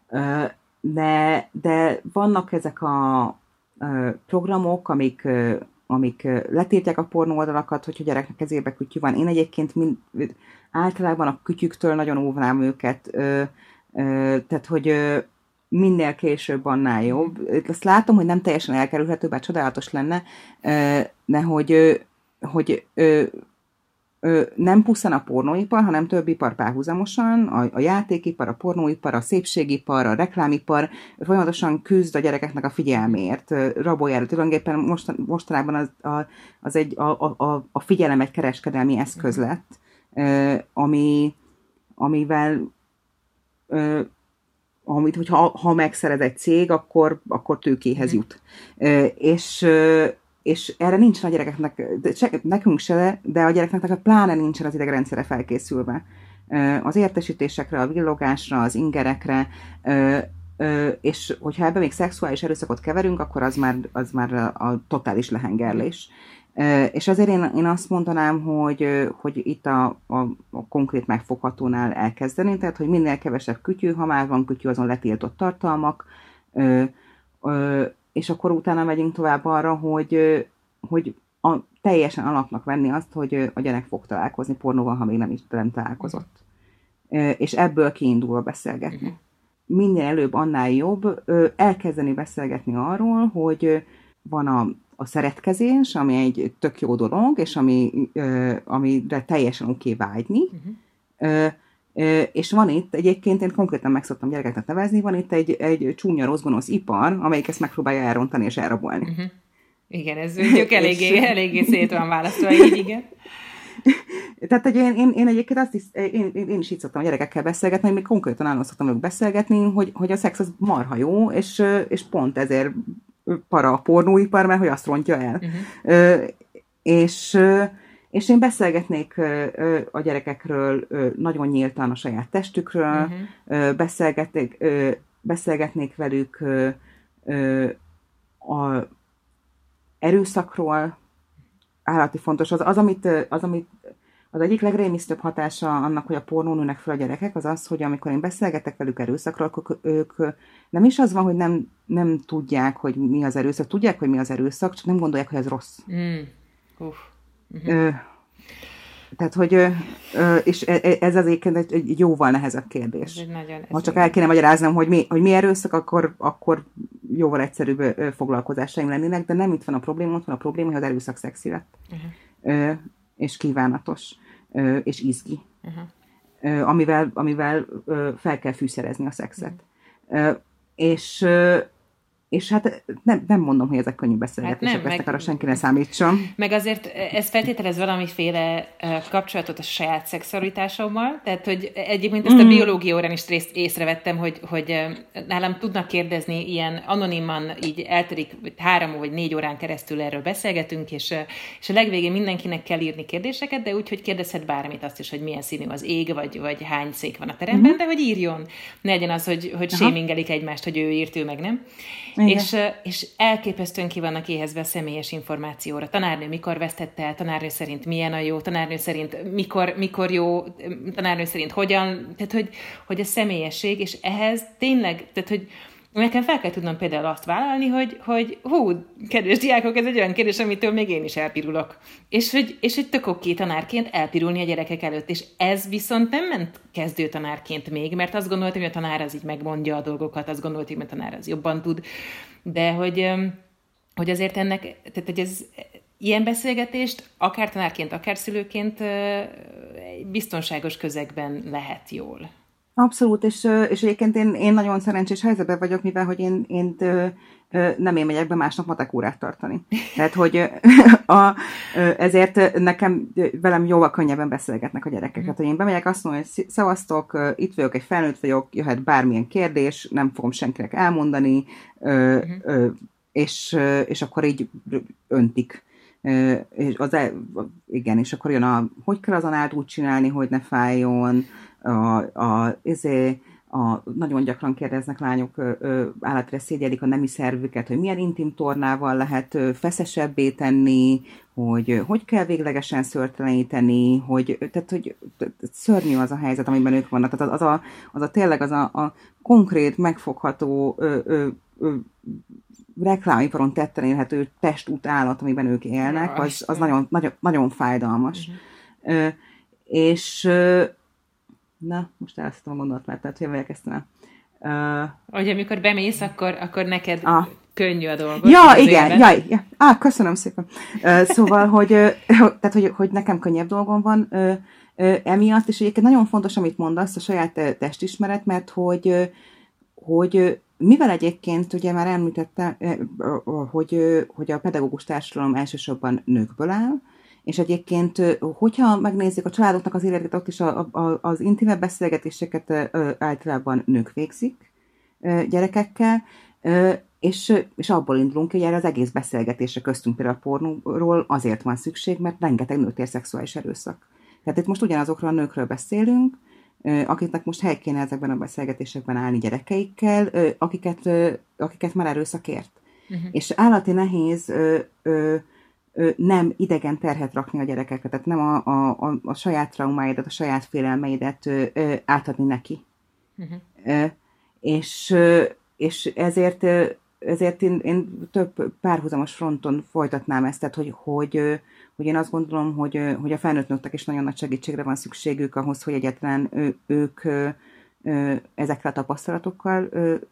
De vannak ezek a programok, amik letiltják a pornóoldalakat, hogyha gyereknek kezébe kütyű van. Én egyébként általában a kütyüktől nagyon óvnám őket, tehát hogy minél később, annál jobb. Azt látom, hogy nem teljesen elkerülhető, bár csodálatos lenne, de hogy nem pusztán a pornóipar, hanem több ipar párhuzamosan, a játékipar, a pornóipar, a szépségipar, a reklámipar folyamatosan küzd a gyerekeknek a figyelmért, rabolja. Tulajdonképpen mostanában a figyelem egy kereskedelmi eszköz lett, amit, hogyha megszerez egy cég, akkor tőkéhez jut. És erre nincsen a gyerekeknek, nekünk se, de a gyerekeknek pláne nincsen az idegrendszere felkészülve. Az értesítésekre, a villogásra, az ingerekre, és hogyha ebben még szexuális erőszakot keverünk, akkor az már a totális lehengerlés. És azért én azt mondanám, hogy itt a konkrét megfoghatónál elkezdeni, tehát hogy minél kevesebb kütyű, ha már van kütyű, azon letiltott tartalmak, és akkor utána megyünk tovább arra, hogy teljesen alapnak venni azt, hogy a gyerek fog találkozni pornóval, ha még nem találkozott. És ebből kiindulva beszélgetni. Minél előbb, annál jobb elkezdeni beszélgetni arról, hogy van a szeretkezés, ami egy tök jó dolog, és amire teljesen oké vágyni. És van itt, egyébként én konkrétan meg szoktam gyerekeknek nevezni, van itt egy csúnya, rossz, gonosz ipar, amelyik ezt megpróbálja elrontani és elrabolni. Igen, ez mondjuk eléggé szét van választva, így igen. Tehát, hogy én egyébként én is így szoktam a gyerekekkel beszélgetni, hogy még konkrétan állom szoktam velük beszélgetni, hogy a szex az marha jó, és pont ezért para a pornóipar, mert hogy azt rontja el. És én beszélgetnék a gyerekekről nagyon nyíltan a saját testükről, beszélgetnék velük a erőszakról, állati fontos. Az egyik legrémisztőbb hatása annak, hogy a pornón nőnek fel a gyerekek, az az, hogy amikor én beszélgetek velük erőszakról, akkor ők nem is az van, hogy nem tudják, hogy mi az erőszak, tudják, hogy mi az erőszak, csak nem gondolják, hogy ez rossz. Tehát, hogy és ez azért egy jóval nehezebb kérdés. Ha csak el kéne magyaráznom, hogy mi erőszak, akkor jóval egyszerűbb foglalkozásaim lennének, de nem itt van a probléma, ott van a probléma, hogy az erőszak szexi lett. És kívánatos, és izgi. Amivel fel kell fűszerezni a szexet. És és hát nem mondom, hogy ezek könnyű beszélgetések lesznek, arra senki ne számítson. Meg azért ez feltételez valamiféle kapcsolatot a saját szexualitásommal, tehát hogy egyébként ezt a biológia órán is észrevettem, hogy nálam tudnak kérdezni ilyen anoniman, így elterik 3 vagy 4 órán keresztül erről beszélgetünk, és a legvégén mindenkinek kell írni kérdéseket, de úgy, hogy kérdezhet bármit, azt is, hogy milyen színű az ég, vagy hány szék van a teremben, de hogy írjon. Ne legyen az, hogy sémingelik egymást, hogy ő írt, ő meg nem. És elképesztően ki vannak éhezve a személyes információra. Tanárnő mikor vesztette el, tanárnő szerint milyen a jó, tanárnő szerint mikor jó, tanárnő szerint hogyan, tehát hogy a személyesség, és ehhez tényleg, tehát hogy nekem fel kell tudnom például azt vállalni, hogy hú, kedves diákok, ez egy olyan kérdés, amitől még én is elpirulok. És hogy tök oké tanárként elpirulni a gyerekek előtt. És ez viszont nem ment kezdő tanárként még, mert azt gondoltam, hogy a tanár az így megmondja a dolgokat, azt gondoltam, hogy a tanár az jobban tud. De hogy azért ennek, tehát hogy ez ilyen beszélgetést akár tanárként, akár szülőként biztonságos közegben lehet jól. Abszolút, és egyébként én nagyon szerencsés helyzetben vagyok, mivel hogy én nem én megyek be másnap matek órát tartani. Tehát, hogy ezért velem jóval könnyebben beszélgetnek a gyerekeket. Hogy én bemegyek, azt mondom, hogy szevasztok, itt vagyok, egy felnőtt vagyok, jöhet bármilyen kérdés, nem fogom senkinek elmondani, és akkor így öntik. És igen, és akkor jön hogy kell az anált úgy csinálni, hogy ne fájjon, nagyon gyakran kérdeznek lányok, állatra szégyelik a nemi szervüket, hogy milyen intim tornával lehet feszesebbé tenni, hogy kell véglegesen szőrteleníteni, tehát hogy szörnyű az a helyzet, amiben ők vannak. Tehát tényleg az a konkrét, megfogható reklámiparon tetten érhető testutálat, amiben ők élnek, az nagyon, nagyon, nagyon fájdalmas. És na, most elszítom a gondolatmát, tehát hogy elkezdtem el. Hogy amikor bemész, akkor neked könnyű a dolgot. Ja, igen, köszönöm szépen. Szóval, hogy nekem könnyebb dolgom van emiatt, és egyébként nagyon fontos, amit mondasz, a saját testismeret, mert hogy mivel egyébként, ugye már említettem, hogy a pedagógus társadalom elsősorban nőkből áll, és egyébként, hogyha megnézzük a családoknak az életet, ott is az intimebb beszélgetéseket általában nők végzik gyerekekkel, és abból indulunk, hogy erre az egész beszélgetésre köztünk például a pornóról azért van szükség, mert rengeteg nőt ér szexuális erőszak. Tehát itt most ugyanazokról a nőkről beszélünk, akiknek most hely kéne ezekben a beszélgetésekben állni gyerekeikkel, akiket már erőszak ért. És állati nehéz nem idegen terhet rakni a gyerekekre, tehát nem a saját traumáidat, a saját félelmeidet átadni neki. És ezért én több párhuzamos fronton folytatnám ezt, tehát hogy én azt gondolom, hogy a felnőtt nőknek is nagyon nagy segítségre van szükségük ahhoz, hogy egyáltalán ők ezekkel a tapasztalatokkal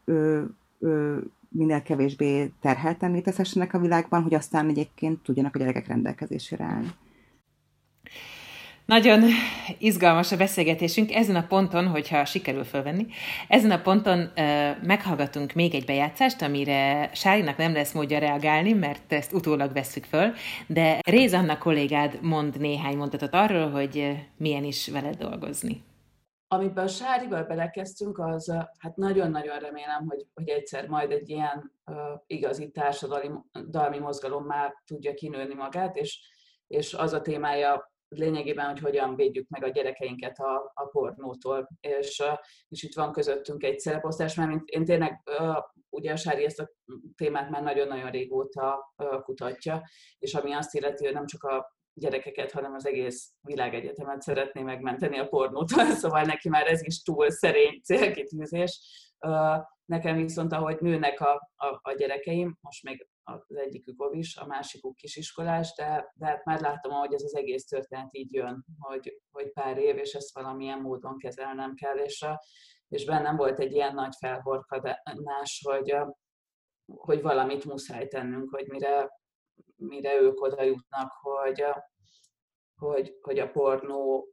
minél kevésbé terhelten létezhessenek a világban, hogy aztán egyébként tudjanak a gyerekek rendelkezésére állni. Nagyon izgalmas a beszélgetésünk. Ezen a ponton, hogyha sikerül fölvenni, ezen a ponton meghallgatunk még egy bejátszást, amire Sárinak nem lesz módja reagálni, mert ezt utólag vesszük föl, de Réz Anna kollégád mond néhány mondatot arról, hogy milyen is veled dolgozni. Amiben a Sárival belekezdtünk, az hát nagyon-nagyon remélem, hogy egyszer majd egy ilyen igazi társadalmi mozgalommá tudja kinőni magát, és az a témája lényegében, hogy hogyan védjük meg a gyerekeinket a pornótól. És itt van közöttünk egy szereposztás, mert én tényleg, ugye a Sári ezt a témát már nagyon-nagyon régóta kutatja, és ami azt illeti, hogy nem csak a gyerekeket, hanem az egész világegyetemet szeretné megmenteni a pornótól, szóval neki már ez is túl szerény célkitűzés. Nekem viszont, ahogy nőnek a gyerekeim, most még az egyikük is, a másikuk kisiskolás, de hát már látom, hogy ez az egész történet így jön, hogy pár év, és ezt valamilyen módon kezelnem kell, és bennem volt egy ilyen nagy felhorkadás, hogy valamit muszáj tennünk, hogy mire ők oda jutnak, hogy a pornó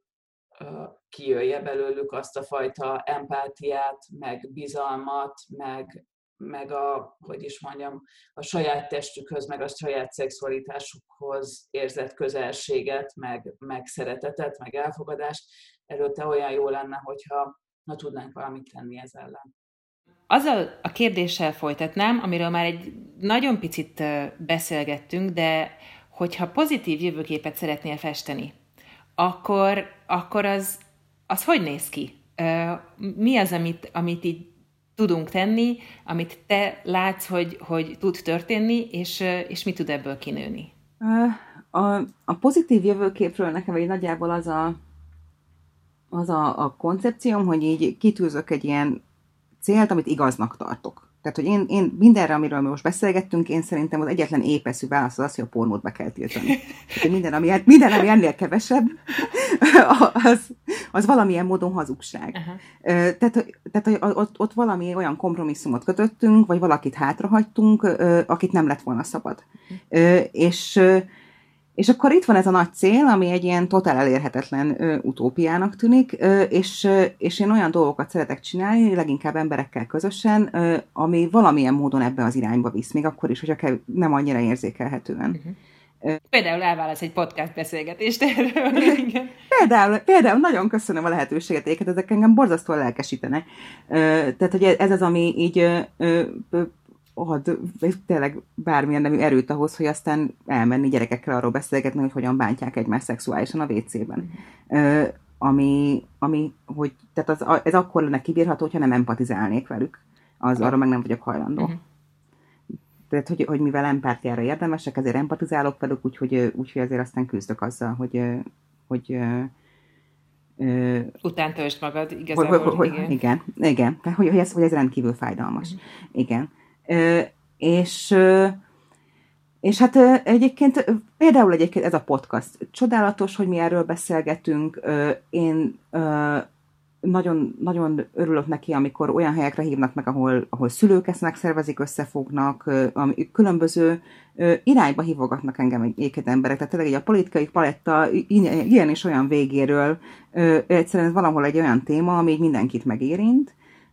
kijöjje belőlük azt a fajta empátiát, meg bizalmat, meg meg a saját testükhöz, meg a saját szexualitásukhoz érzett közelséget, meg szeretetet, meg elfogadást. Előtte olyan jó lenne, hogyha tudnánk valamit tenni ez ellen. Azzal a kérdéssel folytatnám, amiről már egy nagyon picit beszélgettünk, de hogyha pozitív jövőképet szeretnél festeni, akkor az hogy néz ki? Mi az, amit így tudunk tenni, amit te látsz, hogy tud történni, és mi tud ebből kinőni? A pozitív jövőképről nekem egy nagyjából az a koncepcióm, hogy így kitűzök egy ilyen célt, amit igaznak tartok. Tehát, hogy én mindenre, amiről mi most beszélgettünk, én szerintem az egyetlen épeszű válasz az, hogy a pornót be kell tiltani. Tehát, minden, ami ennél kevesebb, az valamilyen módon hazugság. Tehát ott valami olyan kompromisszumot kötöttünk, vagy valakit hátrahagytunk, akit nem lett volna szabad. És akkor itt van ez a nagy cél, ami egy ilyen totál elérhetetlen utópiának tűnik, és én olyan dolgokat szeretek csinálni, leginkább emberekkel közösen, ami valamilyen módon ebbe az irányba visz, még akkor is, hogyha nem annyira érzékelhetően. Például elválasz egy podcast beszélgetést erről. Igen. Például nagyon köszönöm a lehetőséget, ezek engem borzasztóan lelkesítenek. Tehát, hogy ez az, ami így ad tényleg bármilyen nemű erőt ahhoz, hogy aztán elmenni gyerekekkel arról beszélgetni, hogy hogyan bántják egymást szexuálisan a WC-ben. Tehát ez akkor lenne kibírható, hogyha nem empatizálnék velük. Arra meg nem vagyok hajlandó. Tehát, hogy mivel empátiára érdemesek, ezért empatizálok velük, úgyhogy azért aztán küzdök azzal, hogy utántöltsd magad, igazából. Igen. Hogy ez rendkívül fájdalmas. Igen. És hát egyébként ez a podcast csodálatos, hogy mi erről beszélgetünk. Én nagyon, nagyon örülök neki, amikor olyan helyekre hívnak meg, ahol szülők ezt megszervezik, összefognak, különböző irányba hívogatnak engem egyébként emberek. Tehát tényleg a politikai paletta ilyen és olyan végéről egyszerűen ez valahol egy olyan téma, ami mindenkit megérint,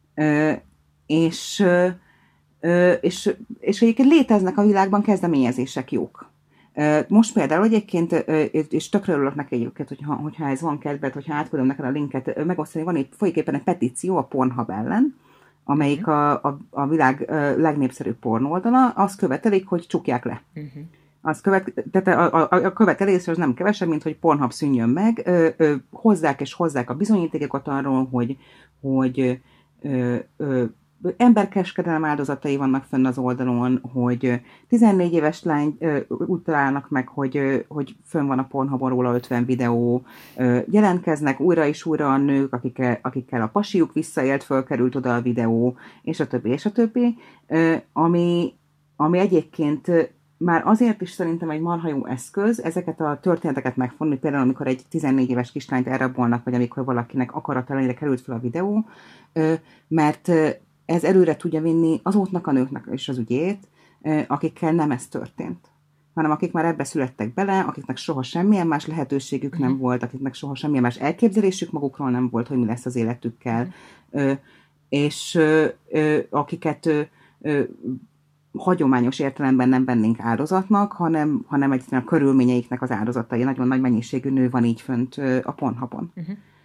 és egyébként léteznek a világban kezdeményezések jók. Most például egyébként, és tökre örülök neki egyébként, hogyha ez van kedved, hogyha átküldöm neked a linket, megosztani, folyik éppen egy petíció a Pornhub ellen, amelyik a világ legnépszerűbb pornóoldala, azt követelik, hogy csukják le. Tehát a követelés az nem kevesebb, mint hogy Pornhub szűnjön meg, hozzák a bizonyítékokat arról, hogy emberkereskedelem áldozatai vannak fönn az oldalon, hogy 14 éves lány úgy találnak meg, hogy fönn van a Pornhubon róla 50 videó, jelentkeznek újra és újra a nők, akikkel a pasiuk visszaélt, fölkerült oda a videó, és a többi, ami egyébként már azért is szerintem egy marha jó eszköz ezeket a történeteket megfogni, például amikor egy 14 éves kislányt elrabolnak, vagy amikor valakinek akarata ellenére került fel a videó, mert ez előre tudja vinni azoknak a nőknek is az ügyét, akikkel nem ez történt, hanem akik már ebbe születtek bele, akiknek soha semmilyen más lehetőségük nem volt, akiknek soha semmilyen más elképzelésük magukról nem volt, hogy mi lesz az életükkel, és akiket hagyományos értelemben nem vennénk áldozatnak, hanem egyszerűen a körülményeiknek az áldozatai. Nagyon nagy mennyiségű nő van így fönt a Pornhubon.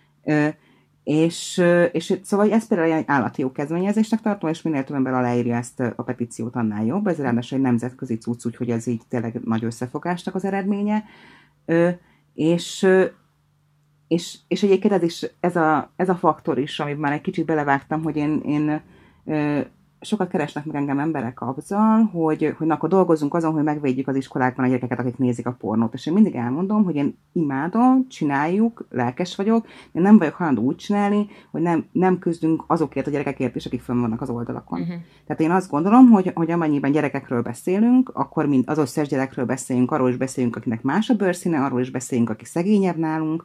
És szóval ez például egy állati jó kezdeményezésnek tartom, és minél több ember aláírja ezt a petíciót, annál jobb. Ez ráadásul egy nemzetközi cucc, úgyhogy ez így tényleg nagy összefogásnak az eredménye. És egyébként ez a faktor is, amiben már egy kicsit belevágtam, hogy én sokat keresnek meg engem emberek azzal, hogy akkor dolgozzunk azon, hogy megvédjük az iskolákban a gyerekeket, akik nézik a pornót. És én mindig elmondom, hogy én imádom, csináljuk, lelkes vagyok, én nem vagyok hajlandó úgy csinálni, hogy nem küzdünk azokért a gyerekekért is, akik fönn vannak az oldalakon. Tehát én azt gondolom, hogy amennyiben gyerekekről beszélünk, akkor mind az összes gyerekről beszéljünk, arról is beszéljünk, akinek más a bőrszíne, arról is beszéljünk, aki szegényebb nálunk,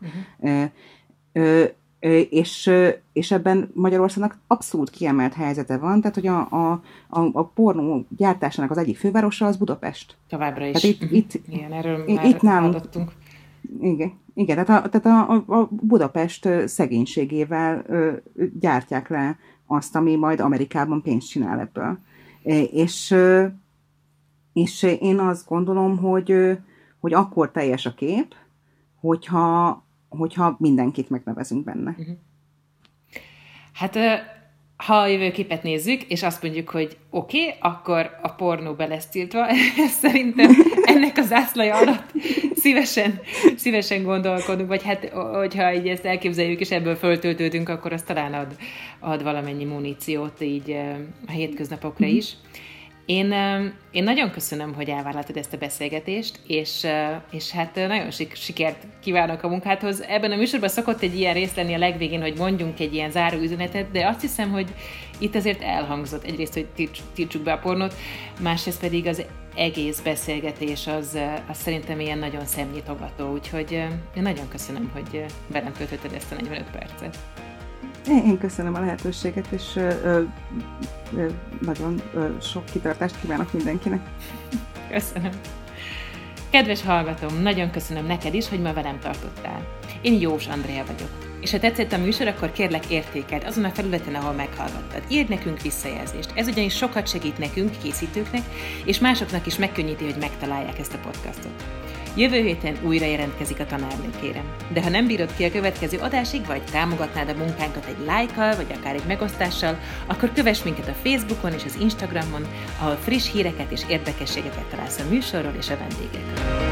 és ebben Magyarországnak abszolút kiemelt helyzete van, tehát hogy a pornó gyártásának az egyik fővárosa az Budapest. Továbbra is. Tehát igen, erről már itt nálunk hallottunk. Igen, tehát a Budapest szegénységével gyártják le azt, ami majd Amerikában pénzt csinál ebből. És én azt gondolom, hogy akkor teljes a kép, hogyha mindenkit megnevezünk benne. Hát, ha a jövőképet nézzük, és azt mondjuk, hogy oké, akkor a pornó be lesz tiltva, szerintem ennek a zászlaja alatt szívesen gondolkodunk, vagy hát, hogyha így ezt elképzeljük, és ebből föltöltődünk, akkor az talán ad valamennyi muníciót így a hétköznapokra is. Én nagyon köszönöm, hogy elvállaltad ezt a beszélgetést, és hát nagyon sikert kívánok a munkádhoz. Ebben a műsorban szokott egy ilyen rész lenni a legvégén, hogy mondjunk egy ilyen záró üzenetet, de azt hiszem, hogy itt azért elhangzott egyrészt, hogy tiltsuk be a pornót, másrészt pedig az egész beszélgetés az szerintem ilyen nagyon szemnyitogató, úgyhogy én nagyon köszönöm, hogy velem töltötted ezt a 45 percet. Én köszönöm a lehetőséget, és nagyon sok kitartást kívánok mindenkinek. Köszönöm. Kedves hallgatom, nagyon köszönöm neked is, hogy ma velem tartottál. Én Jós Andrea vagyok. És ha tetszett a műsor, akkor kérlek értékeld azon a felületen, ahol meghallgattad. Írd nekünk visszajelzést. Ez ugyanis sokat segít nekünk, készítőknek, és másoknak is megkönnyíti, hogy megtalálják ezt a podcastot. Jövő héten újra jelentkezik a tanárnőkérem. De ha nem bírod ki a következő adásig, vagy támogatnád a munkánkat egy lájkkal, vagy akár egy megosztással, akkor kövess minket a Facebookon és az Instagramon, ahol friss híreket és érdekességeket találsz a műsorról és a vendégekről.